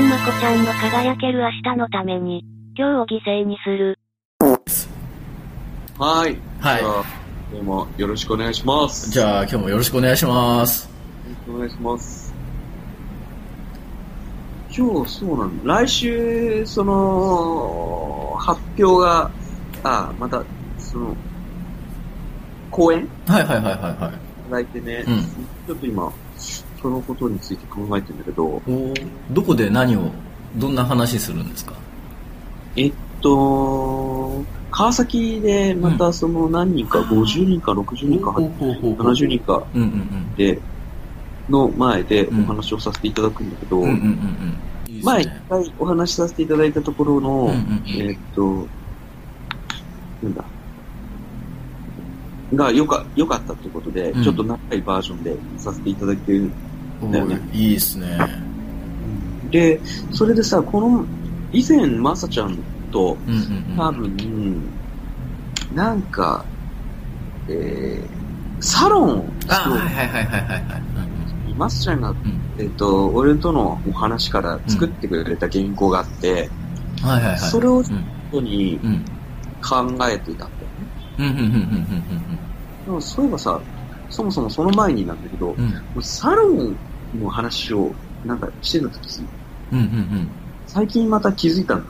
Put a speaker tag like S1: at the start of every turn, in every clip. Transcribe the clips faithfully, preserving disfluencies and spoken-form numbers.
S1: まこちゃんの輝ける明日のために、今日を犠牲にする。
S2: はい。
S3: はい。
S2: どうもよろしくお願いします。
S3: じゃあ今日もよろしくお願いします。
S2: よろしくお願いします。今日そうなんだ。来週その発表があまたその講演
S3: はいはいはいはいはい。
S2: いただいてね、うん、ちょっと今そのことについて考えてるんだけど、
S3: おどこで何をどんな話するんですか？
S2: えっと川崎でまたその何人か、うん、ごじゅうにんかろくじゅうにんかななじゅうにんかでの前でお話をさせていただくんだけど、前一回お話しさせていただいたところの、うんうんうん、えっとなんだがよか良かったということで、うん、ちょっと長いバージョンでさせていただけるんだよね。
S3: いいですね。
S2: でそれでさ、この以前まさちゃんと、うんうんうん、多分なんか、えー、サロンを
S3: はいはいはいはいはいはい。
S2: まさちゃんが、うん、えっと俺とのお話から作ってくれた原稿があって、
S3: うん、はいはいはい。
S2: それをちょっとに考えていたんだよね。うんうんうんうんうんうん。でもそういえばさ、そもそもその前になんだけど、うん、サロンの話をなんかしてた時、うんうんうん、最近また気づいたんだ。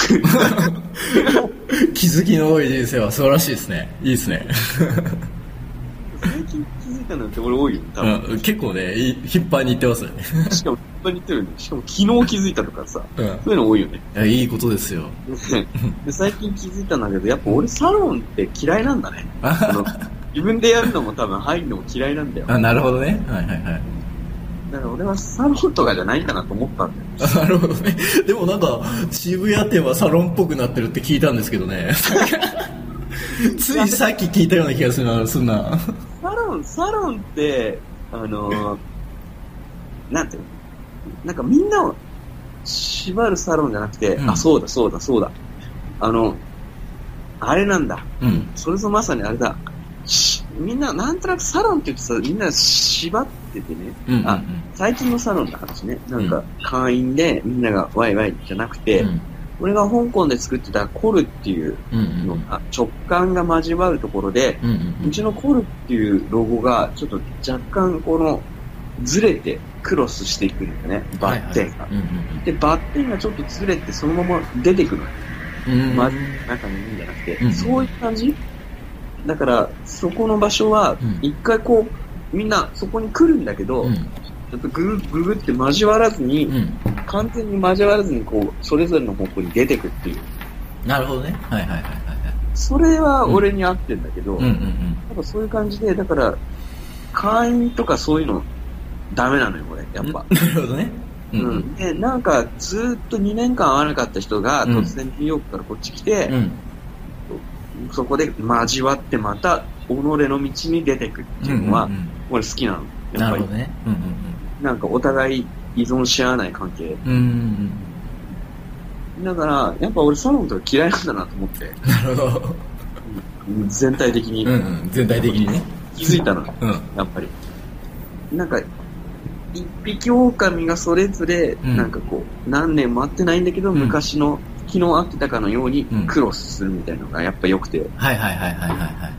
S3: 気づきの多い人生は素晴らしいですね。いいですね。
S2: 最近気づいたなんて俺多いよ、多分。
S3: うん、結構ね、頻繁に言ってますよね。
S2: しかも頻繁に言ってるね。しかも昨日気づいたとかさ、うん、そういうの多いよね。
S3: いや、いいことですよ。
S2: で最近気づいたんだけど、やっぱ俺サロンって嫌いなんだね。自分でやるのも多分入るのも嫌いなんだよ。
S3: あ、なるほどね。はいはいはい。
S2: だから俺はサロンとかじゃないんだなと思ったんだよ。
S3: なるほどね。でもなんか渋谷店はサロンっぽくなってるって聞いたんですけどね。ついさっき聞いたような気がするな。すんな。
S2: サロンサロンってあのなんていうの、なんかみんなを縛るサロンじゃなくて、うん、あそうだそうだそうだあのあれなんだ。うん、それぞまさにあれだ。みんななんとなくサロンって言ってさ、みんな縛っててね、うんうんうん、あ最近のサロンの話ね、なんか会員でみんながワイワイじゃなくて、うん、俺が香港で作ってたコルっていうのが、うんうん、直感が交わるところで、うんうんうん、うちのコルっていうロゴがちょっと若干このずれてクロスしていくんだよね、バッテンが、はいはい、うんうん、でバッテンがちょっとずれてそのまま出てくるの、うん、まず中にいるんじゃなくて、うんうん、そういう感じだから、そこの場所は、一回こう、みんなそこに来るんだけど、うん、ちょっとググググって交わらずに、うん、完全に交わらずに、こう、それぞれの方向に出てくっていう。
S3: なるほどね。はいはいはいはい。
S2: それは俺に合ってんだけど、うんうんうんうん、やっぱそういう感じで、だから、会員とかそういうの、ダメなのよ、俺、やっぱ。
S3: なるほどね。
S2: うんうん、で、なんか、ずっとにねんかん会わなかった人が、突然ニューヨークからこっち来て、うんそこで交わってまた己の道に出てくっていうのは、うんうんうん、俺好きなの。やっぱり。なるほどね。うんうんうん、なんかお互い依存し合わない関係。うんうんうん、だから、やっぱ俺サロンとか嫌いなんだなと思って。
S3: なるほど。
S2: 全体的に。
S3: うんうん、全体的にね。
S2: 気づいたの、うん、やっぱり。なんか、一匹狼がそれぞれ、なんかこう、何年も会ってないんだけど、うん、昔の、昨日会ってたかのようにクロスするみたいなのがやっぱ良くて、うん、
S3: はいはいはいはいはいはい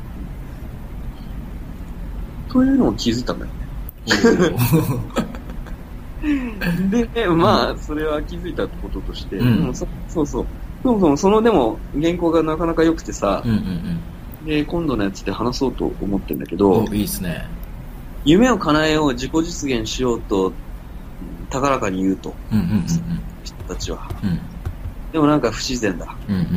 S2: というのを気づいたんだよね。で、まあそれは気づいたこととして、うん、でもそそうそうそもそもそのでも原稿がなかなか良くてさ、うんうんうん、で今度のやつで話そうと思ってるんだけど、
S3: いいですね。
S2: 夢を叶えよう、自己実現しようと高らかに言うと、うんうんうんうん、人たちは。うんでもなんか不自然だ。うんうんうんうん、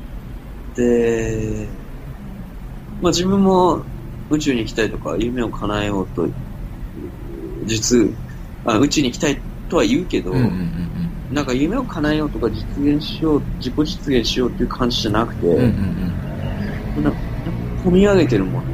S2: で、まあ自分も宇宙に行きたいとか夢を叶えようと、実、あ宇宙に行きたいとは言うけど、うんうんうん、なんか夢を叶えようとか実現しよう、自己実現しようっていう感じじゃなくて、うんうんうん、なんか込み上げてるも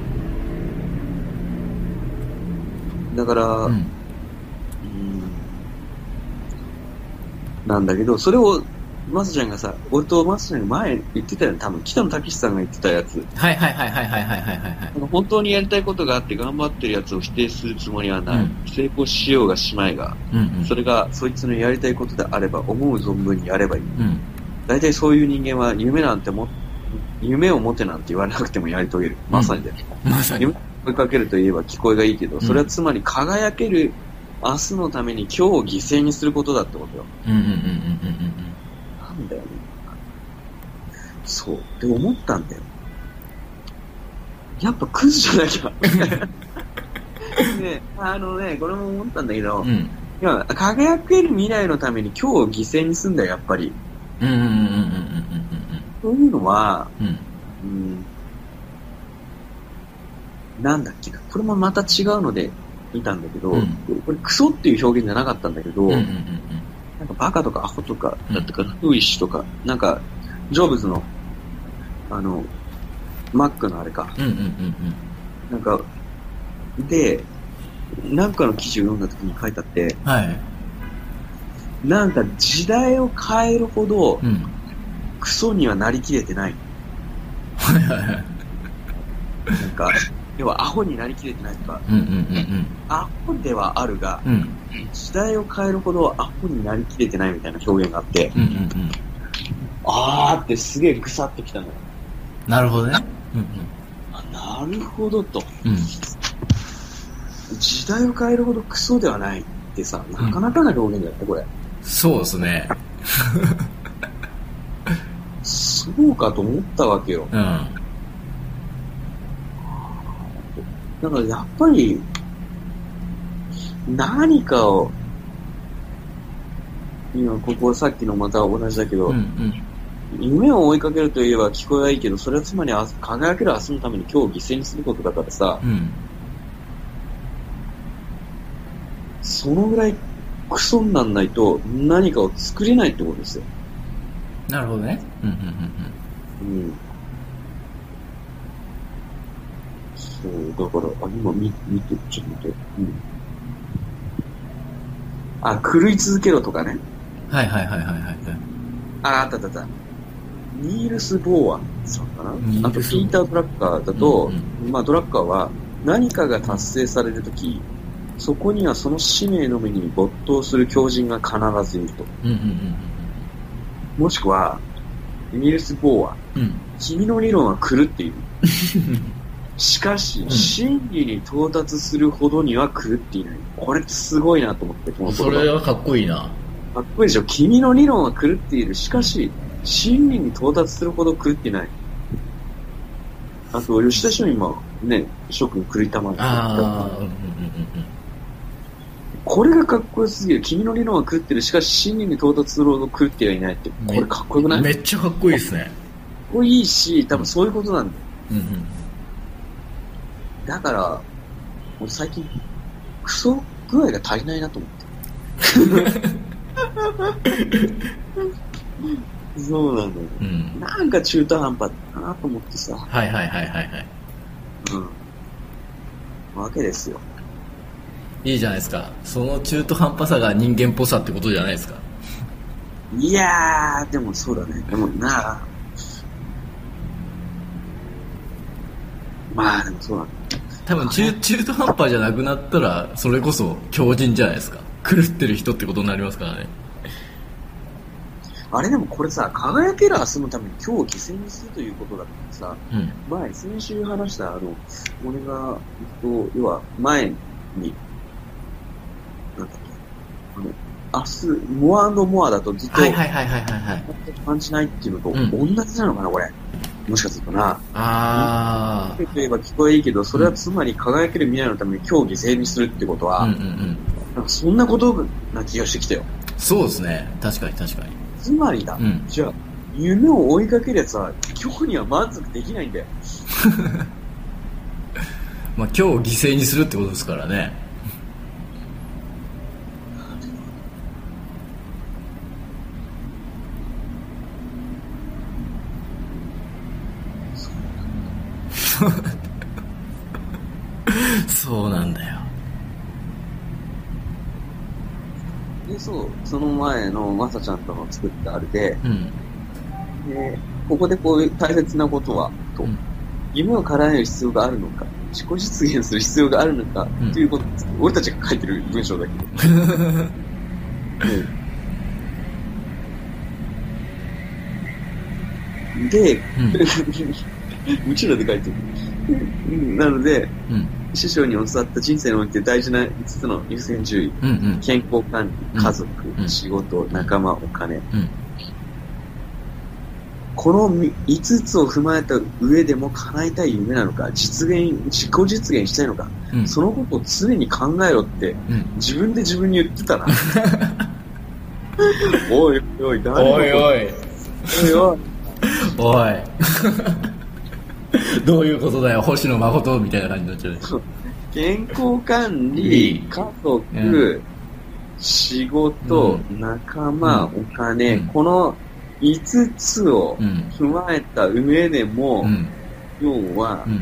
S2: ん。だから、うんなんだけど、それをマスちゃんがさ、俺とマスちゃんが前言ってたよね、多分北野武さんが言ってたやつ。
S3: はいはいはいはいはいはいはいはい。
S2: 本当にやりたいことがあって頑張ってるやつを否定するつもりはない。うん、成功しようがしまいが、うんうん、それがそいつのやりたいことであれば思う存分にやればいい。うん、大体そういう人間は夢なんても、夢を持てなんて言われなくてもやり遂げる。まさにだよ。
S3: うん、まさに。
S2: 夢追いかけるといえば聞こえがいいけど、それはつまり輝ける明日のために今日を犠牲にすることだってことよ。
S3: うんうんうんうんうんうん。
S2: なんだよね。そう。って思ったんだよ。やっぱクズじゃなきゃ。ね、あのね、これも思ったんだけど、うん、いや輝ける未来のために今日を犠牲にすんだよ、やっぱり。
S3: うんうんうんうんうんうんうん。
S2: そういうのは、
S3: うん
S2: うん、なんだっけな。これもまた違うので見たんだけど、うん、これクソっていう表現じゃなかったんだけど、うんうんうんうん、なんかバカとかアホとかだったか、フーイッシュとか、なんか、ジョブズの、あの、マックのあれか。
S3: うんうんうんうん、
S2: なんか、で、なんかの記事を読んだ時に書いてあって、
S3: はい、
S2: なんか時代を変えるほど、
S3: うん、
S2: クソにはなりきれてない。
S3: はいはいはい。
S2: なんか、要はアホになりきれてないとか、
S3: うんうんうんうん、
S2: アホではあるが、
S3: うん、
S2: 時代を変えるほどアホになりきれてないみたいな表現があって、
S3: うんうんうん、
S2: あーってすげえぐさってきたのよ。
S3: なるほどね。うんうん、
S2: あ、なるほどと、
S3: うん。
S2: 時代を変えるほどクソではないってさ、なかなかな表現だよね、これ。
S3: そうですね。
S2: そうかと思ったわけよ。
S3: うん。
S2: だからやっぱり、何かを、今ここさっきのまた同じだけど、
S3: うんうん、
S2: 夢を追いかけるといえば聞こえはいいけど、それはつまり輝ける明日のために今日を犠牲にすることだからさ、
S3: うん、
S2: そのぐらいクソになんないと何かを作れないってことですよ。
S3: なるほどね。うんうんうん
S2: うん。うん。そう、だから、あ、今見、見て、ちょっと待って。うん。あ、狂い続けろとかね。
S3: はいはいはいはいはい。
S2: あ、あったあったあった。ニールス・ボーアンさんかな。あと、ピーター・ドラッカーだと、うんうん、まあ、ドラッカーは何かが達成されるとき、そこにはその使命のみに没頭する狂人が必ずいると。
S3: うんうんうん、
S2: もしくは、ニールス・ボーアン、うん、君の理論は狂っている。しかし、うん、真理に到達するほどには狂っていない。これってすごいなと思って、この
S3: それはかっこいいな。
S2: かっこいいでしょ。君の理論は狂っている。しかし、真理に到達するほど狂っていない。あと、吉田松陰今、ね、諸君狂いたまに。
S3: ああ、うんうんうん。
S2: これがかっこよすぎる。君の理論は狂ってる。しかし、真理に到達するほど狂ってはいないって。これかっこよくない？
S3: めっちゃかっこいいですね。かっ
S2: こいいし、多分そういうことなんだよ。
S3: うんうん、
S2: だから、俺最近、クソ具合が足りないなと思って。そうなんだよ、
S3: うん。
S2: なんか中途半端だなと思ってさ。
S3: はいはいはいはいはい。
S2: うん。わけですよ。
S3: いいじゃないですか。その中途半端さが人間っぽさってことじゃないですか。
S2: いやー、でもそうだね。でもなあ。まあでもそうだね。
S3: 多分中、中途半端じゃなくなったら、それこそ強人じゃないですか。狂ってる人ってことになりますからね。
S2: あれでもこれさ、輝ける明日のために今日を犠牲にするということだからさ、
S3: うん、
S2: 前、先週話した、あの、俺が、要は前に、なんだっけ、あの、明日、モア&モアだとずっと、
S3: はいはいはいはいはい、
S2: 感じないっていうのと、
S3: うん、
S2: 同じなのかな、これ。もしかするとな。
S3: あ
S2: あ。といえば聞こえいいけど、それはつまり輝ける未来のために今日犠牲にするってことは、
S3: うんうんうん、
S2: なんかそんなことな気がしてきたよ。
S3: そうですね。確かに確かに。
S2: つまりだ。うん、じゃあ、夢を追いかけるやつは、今日には満足できないんだよ。
S3: まあ今日を犠牲にするってことですからね。そうなんだよ。
S2: で、そう、その前のまさちゃんとの作ったあれで、
S3: うん。
S2: で、ここでこういう大切なことは、と、
S3: うん、
S2: 夢を叶える必要があるのか、自己実現する必要があるのか、
S3: うん、
S2: ということです。俺たちが書いてる文章だけど。うん、で、うん、うちらで書いてる。なので、うん、師匠に教わった人生において大事ないつつの優先順位、うんうん、健康管理、家族、うん、仕事、仲間、お金、うん、このいつつを踏まえた上でも叶えたい夢なのか、実現、自己実現したいのか、うん、そのことを常に考えろって、うん、自分で自分に言ってたな。おいおい、誰
S3: おいおい。おいおい。おい。どういうことだよ、星野誠みたいな感じになっちゃう。
S2: 健康管理、家族、うん、仕事、うん、仲間、うん、お金、うん、このいつつを踏まえた上でも、うん、要は、うん、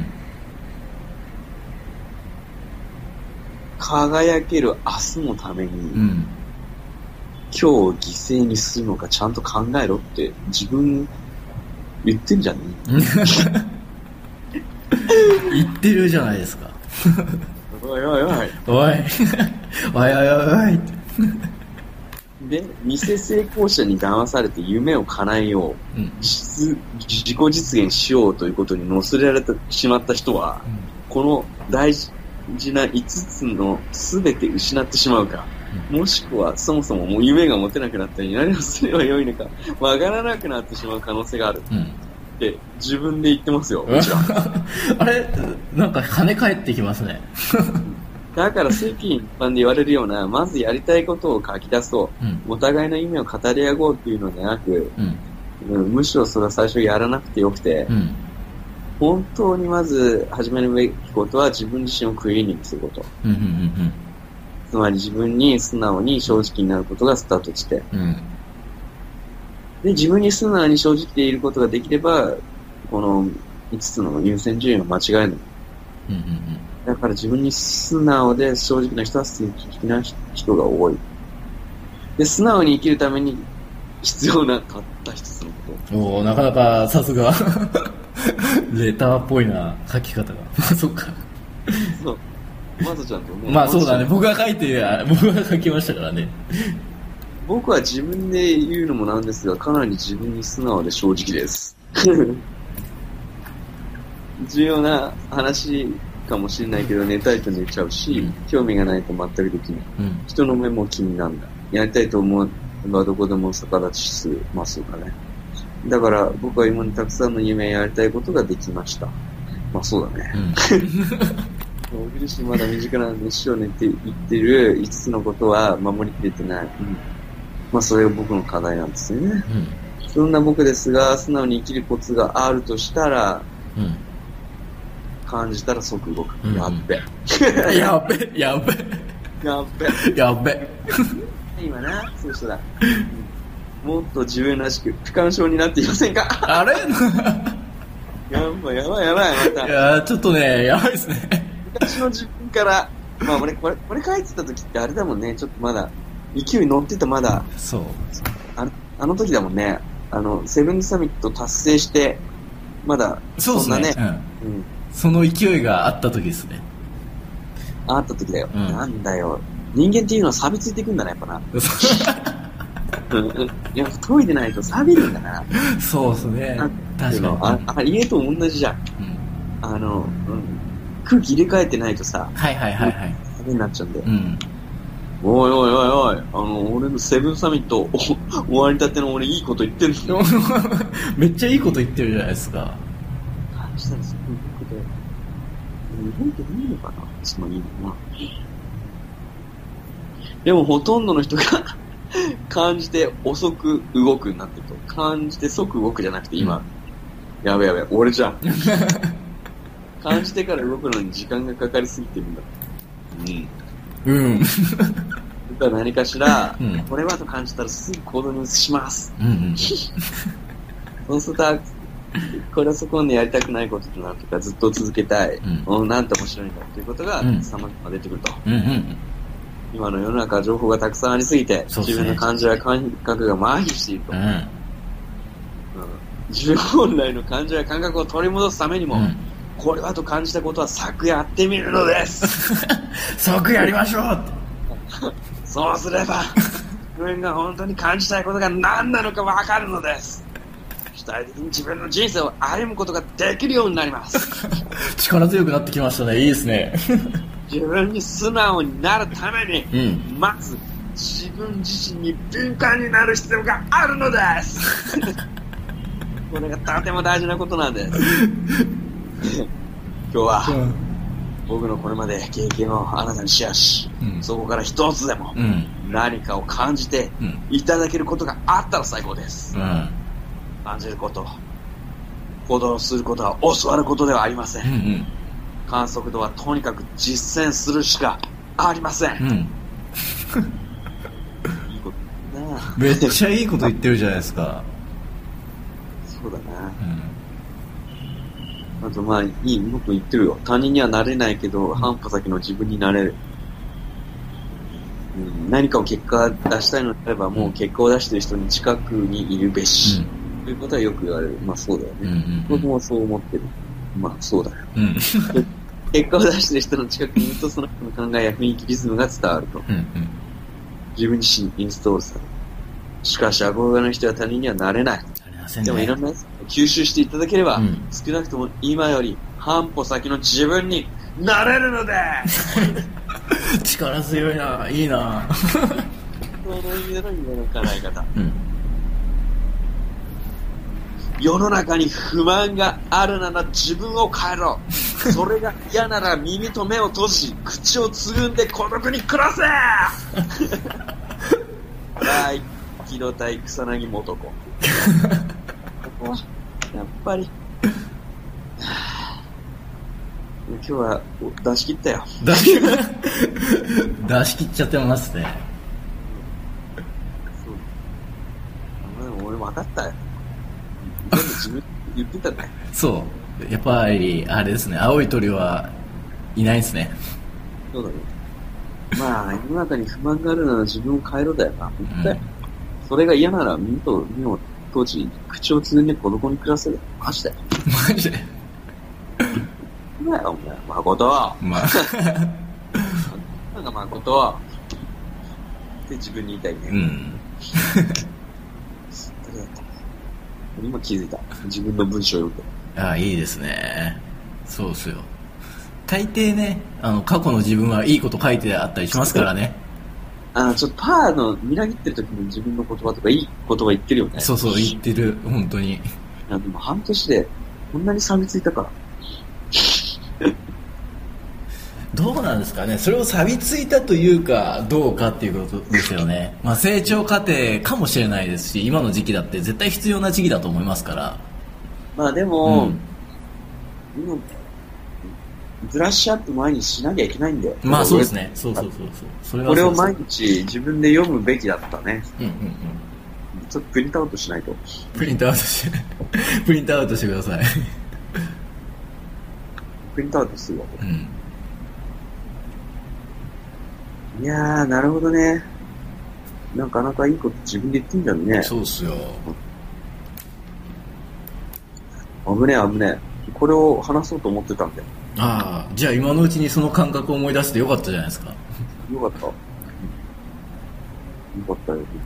S2: 輝ける明日のために、うん、今日を犠牲にするのかちゃんと考えろって自分言ってんじゃねえ
S3: 言ってるじゃないですか。
S2: おいおいおい。おい。
S3: おいおいおいおい。
S2: で、偽成功者に騙されて夢を叶えよう、うん、自, 自己実現しようということに乗せられてしまった人は、うん、この大事ないつつの全て失ってしまうか、うん、もしくはそもそももう夢が持てなくなったり何をすればよいのかわからなくなってしまう可能性がある。うんって自分で言ってますよ。
S3: あれなんか跳ね返ってきますね。
S2: だから世間一般で言われるようなまずやりたいことを書き出そう、うん、お互いの夢を語り合おうっていうのではなく、うん、むしろそれは最初やらなくてよくて、うん、本当にまず始めるべきことは自分自身をクリーニングすること、うんうんうんうん、つまり自分に素直に正直になることがスタートして、うんで、自分に素直に正直でいることができれば、このいつつの優先順位は間違いない。うんうんうん、だから自分に素直で正直な人は素敵な人が多い。で、素直に生きるために必要なたった一つのこと。
S3: おー、なかなかさすが。レターっぽいな、書き方が。そっか。
S2: そう。まずちゃんとね。
S3: まあそうだね、僕が書いて、僕が書きましたからね。
S2: 僕は自分で言うのもなんですが、かなり自分に素直で正直です。重要な話かもしれないけど、寝たいと寝ちゃうし、うん、興味がないと全くできない。うん、人の目も気になんだ。やりたいと思えばどこでも逆立ちする。まあそうだね。だから僕は今にたくさんの夢やりたいことができました。まあそうだね。うん、僕自身まだ身近なので師匠に言ってるいつつのことは守りきれてない。うんまあそれが僕の課題なんですよね。うん、そんな僕ですが、素直に生きるコツがあるとしたら、うん、感じたら即動く。うん、やっべ。
S3: やっべ、やっべ。
S2: やっべ。
S3: やっべ。
S2: 今な、そうしたら、うん、もっと自分らしく、不干渉になっていませんか
S3: あれ
S2: やばいやばいやばい、また。
S3: いやちょっとね、やばいですね。
S2: 昔の自分から、まあ俺、これ、これ書いてた時ってあれだもんね、ちょっとまだ、勢い乗ってたまだ、
S3: そう。
S2: あの、あの時だもんね、あの、セブンサミット達成して、まだ、
S3: そんなね、うんうん、その勢いがあった時ですね。
S2: あった時だよ。うん、なんだよ。人間っていうのは錆びついていくんだな、やっぱな。いや、研いでないと錆びるんだな。
S3: そうですね。確かに。
S2: あ、あ家と同じじゃん。うん、あの、うん、空気入れ替えてないとさ、
S3: はいはいはいはい。
S2: 錆びになっちゃうんだよ。うんおいおいおいおい、あの、俺のセブンサミット終わりたての俺いいこと言ってんの
S3: めっちゃいいこと言ってるじゃないですか。
S2: 感じたらすごいことで。日本っていいのかなつまりいいのかなでもほとんどの人が感じて遅く動くになってると。感じて即動くじゃなくて今、うん、やべやべ、俺じゃん。感じてから動くのに時間がかかりすぎてるんだ。うん。うん。僕は何かしら、うん、これはと感じたらすぐ行動に移します。うんうん、そうすると、これはそこまでやりたくないこととなるとか、ずっと続けたい、うん、なんて面白いんだということが、うん、様々出てくると。うんうん、 今の世の中情報がたくさんありすぎて、
S3: そうですね、
S2: 自分の感情や感覚が麻痺していると、
S3: うん
S2: うん、自分本来の感情や感覚を取り戻すためにも、うん、これはと感じたことは昨夜やってみるのです
S3: 即やりましょうって
S2: そうすれば自分が本当に感じたいことが何なのか分かるのです。主体的に自分の人生を歩むことができるようになります
S3: 力強くなってきましたね。いいですね
S2: 自分に素直になるために、
S3: うん、
S2: まず自分自身に敏感になる必要があるのですこれがとても大事なことなんです今日は、うん、僕のこれまで経験をあなたにシェアし、うん、そこから一つでも何かを感じていただけることがあったら最高です、うん、感じること、行動することは教わることではありません、うんうん、観測度はとにかく実践するしかありません、うん、いいことだな。
S3: めっちゃいいこと言ってるじゃないですか
S2: そうだな、うん、あとまあいいもっと言ってるよ。他人にはなれないけど、うん、半歩先の自分になれる、うん、何かを結果出したいのであれば、もう結果を出している人に近くにいるべし、うん、ということはよく言われる。まあそうだよね、うんうんうん、僕もそう思ってる。まあそうだよ、うん、結果を出している人の近くにいると、その人の考えや雰囲気、リズムが伝わると、うんうん、自分自身にインストールされる。しかし憧れの人は他人にはなれない。でもいろんなやつを吸収していただければ、うん、少なくとも今より半歩先の自分になれるので
S3: 力強いな、いいな
S2: その夢の夢の叶え方、うん、世の中に不満があるなら自分を変えろそれが嫌なら耳と目を閉じ口をつぐんで孤独に暮らせはい、機動隊草薙素子ここはやっぱり今日は出し切ったよ。
S3: 出し切出し切っちゃってますね。
S2: そう。俺分かったよ。全部自分言ってたね。
S3: そう。やっぱりあれですね。青い鳥はいないですね。
S2: そうだね。まあ世の中に不満があるなら自分を変えろだよな。言ったよ。うん、それが嫌なら耳と目を閉じ口をつぐんで孤独に暮らせる。マジで。
S3: マジで。
S2: なんだよ、お前。誠は。まあ。なんか誠は。って自分に言いたいね。うん。今気づいた。自分の文章を読んで。
S3: ああ、いいですね。そうっすよ。大抵ね、あの、過去の自分はいいこと書いてあったりしますからね。
S2: ああ、ちょっとパーのみなぎってる時に自分の言葉とかいい言葉言ってるよね。
S3: そうそう、言ってる。本当に。い
S2: や、でも半年でこんなに錆びついたから。
S3: どうなんですかね。それを錆びついたというかどうかっていうことですよね。まあ成長過程かもしれないですし、今の時期だって絶対必要な時期だと思いますから。
S2: まあでも、うん、今ブラッシュアップ前にしなきゃいけないんだよ。
S3: まあそうですね。そうそうそうそう。それはそうそう。
S2: これを毎日自分で読むべきだったね。うんうんうん。ちょっとプリントアウトしないと。
S3: プリントアウトしプリントアウトしてください。
S2: プリントアウトするわ。うん。いやー、なるほどね。なかなかいいこと自分で言ってんじゃんね。
S3: そうっすよ。
S2: 危ねえ危ねえ。これを話そうと思ってたんだよ。
S3: ああ、じゃあ今のうちにその感覚を思い出してよかったじゃないですか。
S2: よかった。よかったよ、本当に。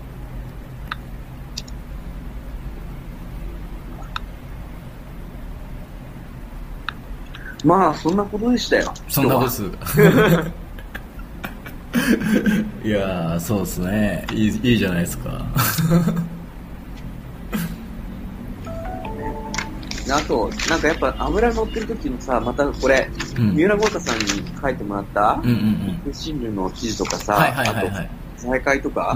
S2: まあ、そんなことでしたよ。
S3: そんなことです。いやー、そうですね。いい、いいじゃないですか。
S2: あと、なんかやっぱ油乗ってる時のさ、またこれ、うん、三浦豪太さんに書いてもらった、うんうんうん、新聞の記事とかさ、はいはいはいはい、あと、再開とか、うん、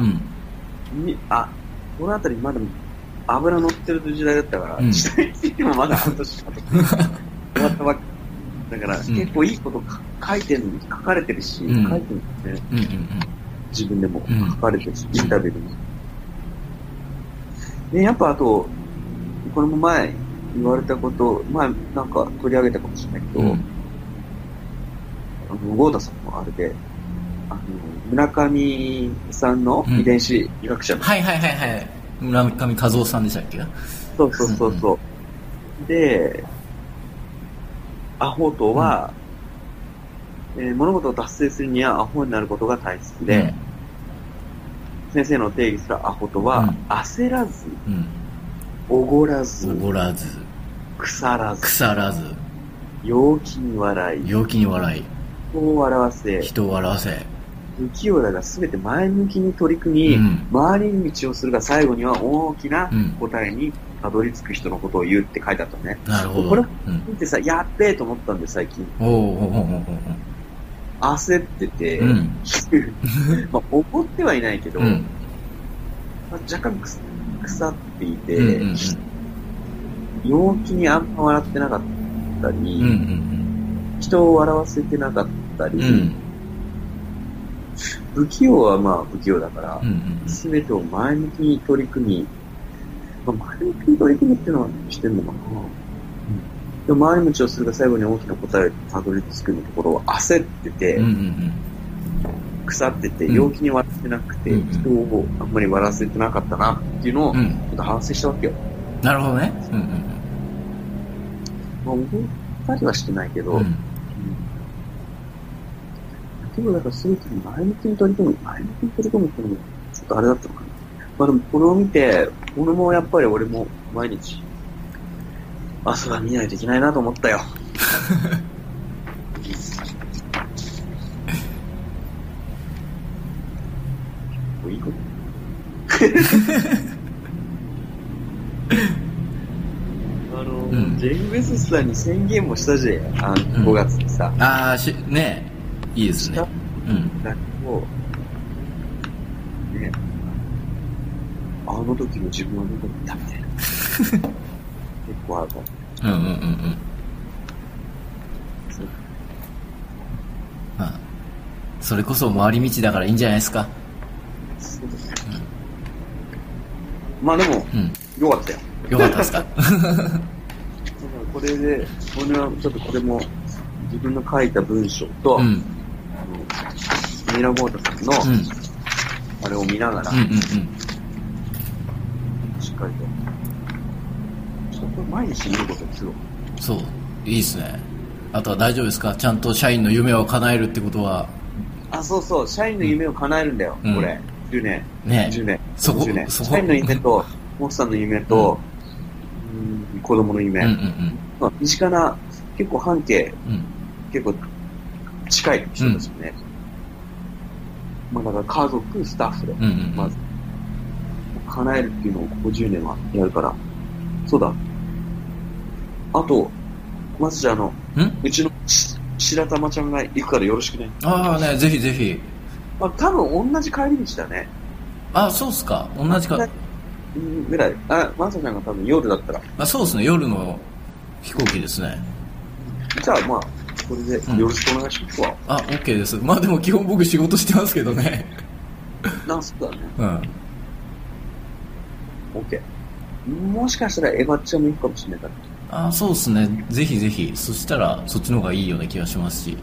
S2: あ、このあたりまだ油乗ってる時代だったから、うん、時代についてもまだ半年かと終わったわけ。だから、うん、結構いいこと書いてる、書かれてるし、うん、書いてるんですね、うんうんうん。自分でも書かれてるし、インタビューでも。で、やっぱあと、これも前言われたこと、前なんか取り上げたかもしれないけど、うん、あの、豪太さんもあれで、 あの、村上さんの遺伝子医学者の、
S3: うん、はいはいはいはい。村上和夫さんでしたっけ？
S2: そうそうそうそう。うんうん、で、アホとは、うん、えー、物事を達成するにはアホになることが大切で、うん、先生の定義するアホとは、うん、焦らず、おご、うん、らず、
S3: おごらず、
S2: 腐らず、
S3: 腐らず、
S2: 陽気に笑い、
S3: 陽気に笑い、
S2: 人を笑わせ、
S3: 人を笑わせ、
S2: 不器用だが全て前向きに取り組み、うん、回り道をするが最後には大きな答えにたどり着く人のことを言うって書いてあったね。
S3: なるほど。
S2: これ見てさ、うん、やっべえと思ったんで最近。
S3: おうおうおうおうおう、
S2: 焦ってて、うん、まあ怒ってはいないけど、うん、まあ、若干腐っていて、うんうんうん、陽気にあんま笑ってなかったり、うんうんうん、人を笑わせてなかったり、うん、不器用はまあ不器用だから、すべ、うんうん、てを前向きに取り組み、まあ、前向きに取り組むっていうのはしてんのかな、うん、でも回り道をするが最後に大きな答えをたどり着くのところは焦ってて、うんうんうん、腐ってて、陽気に笑ってなくて、うんうん、人をあんまり笑わせてなかったなっていうのをちょっと反省したわけよ。
S3: うん、なるほどね。うんうん、
S2: まあ、怒ったりはしてないけど、うん、でもだからすごく前向きに取り組む、前向きに取り組むっていうのもちょっとあれだったのかな。まあでもこれを見て、俺もやっぱり俺も毎日朝は見ないといけないなと思ったよ。いいことあの、うん、ジェフ・ベゾスさんに宣言もしたじゃん、あの、うん、ごがつにさ。
S3: ああ、し、ねいいですね。うん。
S2: だけど、ね、あの時の自分はどこにいたみたいな。結構あるかも。
S3: うんうんうんうん。そう。まあ、それこそ回り道だからいいんじゃないですか。
S2: そうですね。うん、まあでも、うん、よかったよ。
S3: よかったですか。
S2: これで、俺はちょっとこれも自分の書いた文章と、うん、ミラゴータさんの、うん、あれを見ながら、うんうんうん、しっかりと、ちょっとこれ毎日見ることにする。
S3: そう、いいですね。あとは大丈夫ですか？ちゃんと社員の夢を叶えるってことは。
S2: あ、そうそう、社員の夢を叶えるんだよ、うん、これ。じゅうねん。
S3: ね。
S2: じゅうねん。
S3: そこ、
S2: じゅうねん。
S3: そこ。
S2: 社員の夢と、奥さんの夢と、うん、子供の夢。うんうんうん、まあ、身近な、結構半径、うん、結構近い人たちね。うん、まあだから家族、スタッフで、うんうんうん、まず、叶えるっていうのをここじゅうねんはやるから。そうだ。あと、まずじゃあの、うちの白玉ちゃんが行くからよろしくね。
S3: ああね、ぜひぜひ。
S2: まあ多分同じ帰り道だね。
S3: あ、そうっすか。同じか。
S2: ぐらい。あ、まさちゃんが多分夜だったら。
S3: あ、そうですね。夜の飛行機ですね。
S2: じゃあまあ、これでよろしくお願いしますわ。
S3: うん、あ、OK です。まあでも基本僕仕事してますけどね。
S2: なんすかね。
S3: うん。
S2: OK。もしかしたらエヴァちゃんも行くかもしれないから。
S3: あ、そうですね。ぜひぜひ。そしたらそっちの方がいいような気がしますし。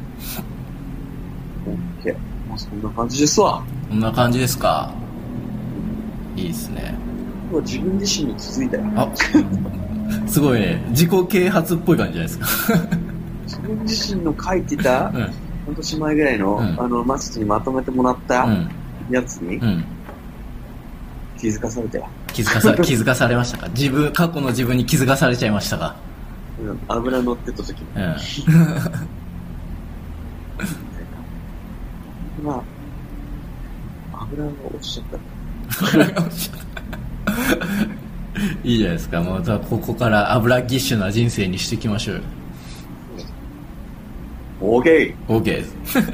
S2: OK。まあそんな感じですわ。
S3: こんな感じですか。いいですね。
S2: 今日は自分自身に気づいたよ。
S3: あ、すごいね。自己啓発っぽい感じじゃないですか。
S2: 自分自身の書いてた、うん、半年前ぐらいの、うん、あの、マスにまとめてもらったやつに、うん、気づかされたよ。
S3: 気づかさ、気づかされましたか？自分、過去の自分に気づかされちゃいましたか？
S2: うん、油乗ってた時に。うん。まあ、油が落ちちゃった。
S3: いいじゃないですか。もうここから油ギッシュな人生にしていきましょうよ。
S2: オーケ
S3: ー。オーケーです。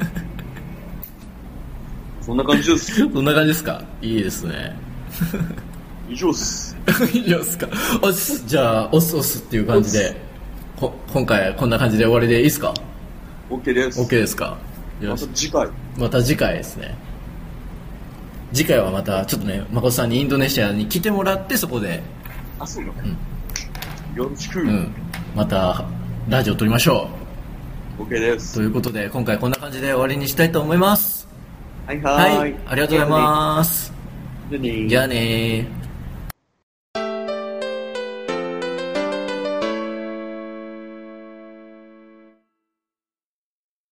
S2: そんな感じです。
S3: そんな感じですか。いいですね。
S2: 以上っす。
S3: 以上っすか。おす。じゃあ、おすおすっていう感じで、こ今回こんな感じで終わりでいいですか？
S2: OK です。
S3: OK ですか。
S2: また次回。
S3: また次回ですね。次回はまたちょっとね、誠さんにインドネシアに来てもらってそこで、
S2: あ、そうだね、うん、よろしく、
S3: うん、またラジオ撮りましょ
S2: う。 OK です。
S3: ということで今回こんな感じで終わりにしたいと思います。
S2: はいはい。
S3: はい、ありがとうございます。
S2: じゃあねー
S3: じゃあねー。